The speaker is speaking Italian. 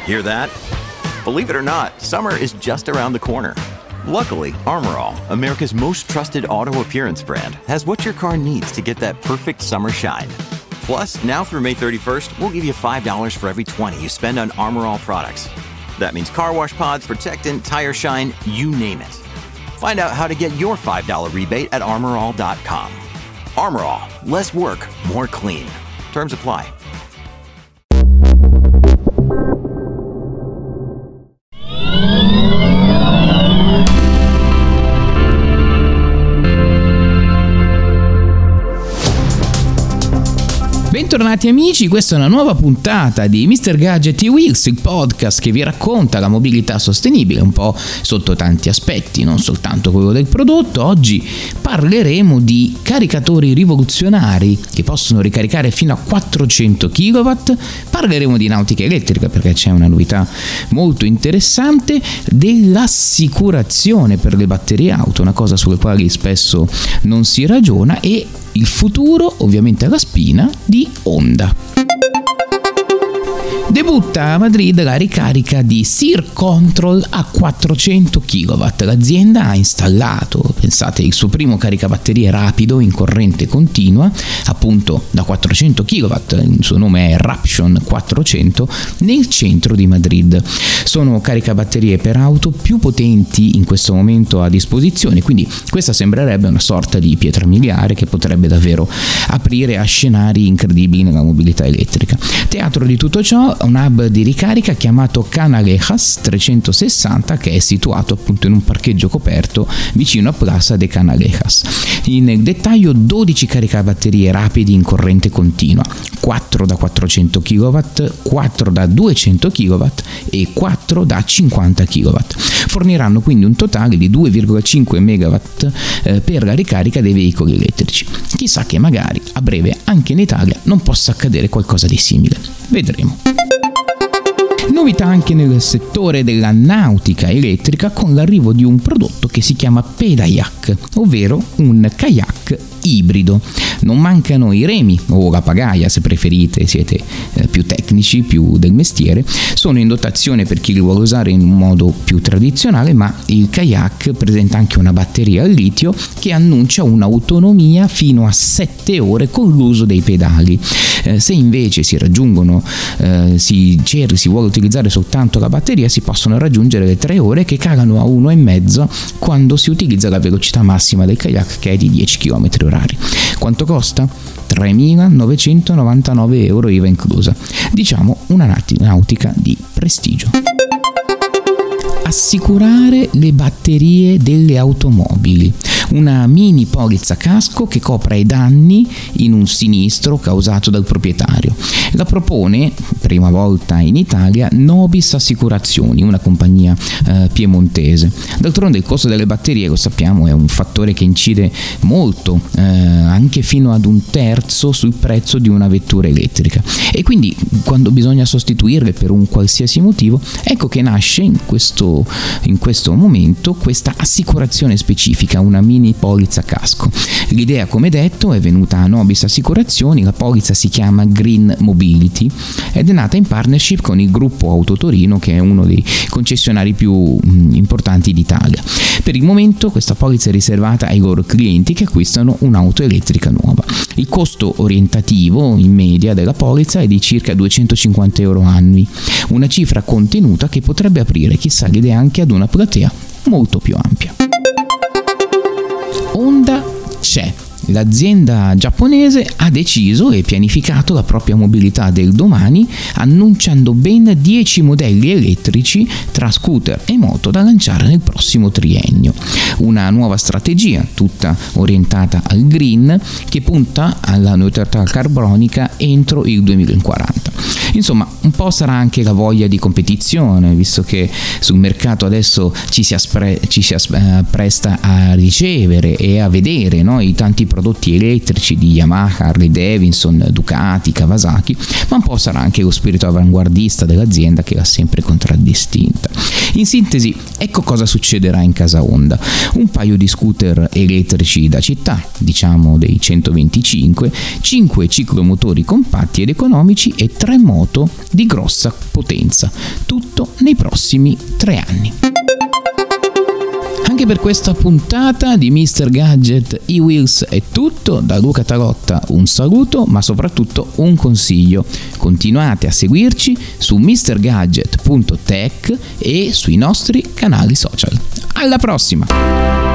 Hear that? Believe it or not, summer is just around the corner. Luckily, Armor All, America's most trusted auto appearance brand, has what your car needs to get that perfect summer shine. Plus, now through May 31st, we'll give you $5 for every $20 you spend on Armor All products. That means car wash pods, protectant, tire shine, you name it. Find out how to get your $5 rebate at armorall.com. Armor All, less work, more clean. Terms apply. Bentornati amici, questa è una nuova puntata di Mr. Gadget Wheels, il podcast che vi racconta la mobilità sostenibile un po' sotto tanti aspetti, non soltanto quello del prodotto. Oggi parleremo di caricatori rivoluzionari che possono ricaricare fino a 400 kW, parleremo di nautica elettrica perché c'è una novità molto interessante, dell'assicurazione per le batterie auto, una cosa sulle quali spesso non si ragiona, e il futuro, ovviamente alla spina, di Honda. Debutta a Madrid la ricarica di Sear Control a 400 kW. L'azienda ha installato, pensate, il suo primo caricabatterie rapido in corrente continua, appunto da 400 kW, il suo nome è Raption 400, nel centro di Madrid. Sono caricabatterie per auto più potenti in questo momento a disposizione, quindi questa sembrerebbe una sorta di pietra miliare che potrebbe davvero aprire a scenari incredibili nella mobilità elettrica. Teatro di tutto ciò un hub di ricarica chiamato Canalejas 360, che è situato appunto in un parcheggio coperto vicino a Plaza de Canalejas. In dettaglio 12 caricabatterie rapidi in corrente continua, 4 da 400 kW, 4 da 200 kW e 4 da 50 kW. Forniranno quindi un totale di 2,5 MW per la ricarica dei veicoli elettrici. Chissà che magari a breve anche in Italia non possa accadere qualcosa di simile. Vedremo. Novità anche nel settore della nautica elettrica con l'arrivo di un prodotto che si chiama Pedayak, ovvero un kayak ibrido. Non mancano i remi o la pagaia, se preferite, siete più tecnici, più del mestiere. Sono in dotazione per chi li vuole usare in un modo più tradizionale, ma il kayak presenta anche una batteria al litio che annuncia un'autonomia fino a 7 ore con l'uso dei pedali. Se invece si vuole utilizzare soltanto la batteria, si possono raggiungere le 3 ore che calano a 1,5 quando si utilizza la velocità massima del kayak, che è di 10 km/h. Quanto costa? 3.999 euro IVA inclusa. Diciamo una nautica di prestigio. Assicurare le batterie delle automobili. Una mini polizza casco che copra i danni in un sinistro causato dal proprietario. La propone, prima volta in Italia, Nobis Assicurazioni, una compagnia piemontese. D'altronde il costo delle batterie, lo sappiamo, è un fattore che incide molto, anche fino ad 1/3 sul prezzo di una vettura elettrica. E quindi quando bisogna sostituirle per un qualsiasi motivo, ecco che nasce in questo momento questa assicurazione specifica, una mini polizza casco. L'idea, come detto, è venuta a Nobis Assicurazioni. La polizza si chiama Green Mobility ed è nata in partnership con il gruppo Auto Torino, che è uno dei concessionari più importanti d'Italia. Per il momento questa polizza è riservata ai loro clienti che acquistano un'auto elettrica nuova. Il costo orientativo in media della polizza è di circa 250 euro annui, una cifra contenuta che potrebbe aprire, chissà, l'idea anche ad una platea molto più ampia. Honda c'è. L'azienda giapponese ha deciso e pianificato la propria mobilità del domani, annunciando ben 10 modelli elettrici tra scooter e moto da lanciare nel prossimo triennio. Una nuova strategia tutta orientata al green che punta alla neutralità carbonica entro il 2040. Insomma, un po' sarà anche la voglia di competizione, visto che sul mercato adesso ci si appresta a ricevere e a vedere, no, i tanti prodotti elettrici di Yamaha, Harley Davidson, Ducati, Kawasaki, ma un po' sarà anche lo spirito avanguardista dell'azienda che l'ha sempre contraddistinta. In sintesi, ecco cosa succederà in casa Honda: un paio di scooter elettrici da città, diciamo dei 125, 5 ciclomotori compatti ed economici e 3 moto di grossa potenza, tutto nei prossimi 3 anni. Anche per questa puntata di Mr. Gadget e-Wheels è tutto. Da Luca Tarotta un saluto, ma soprattutto un consiglio: continuate a seguirci su mrgadget.tech e sui nostri canali social. Alla prossima!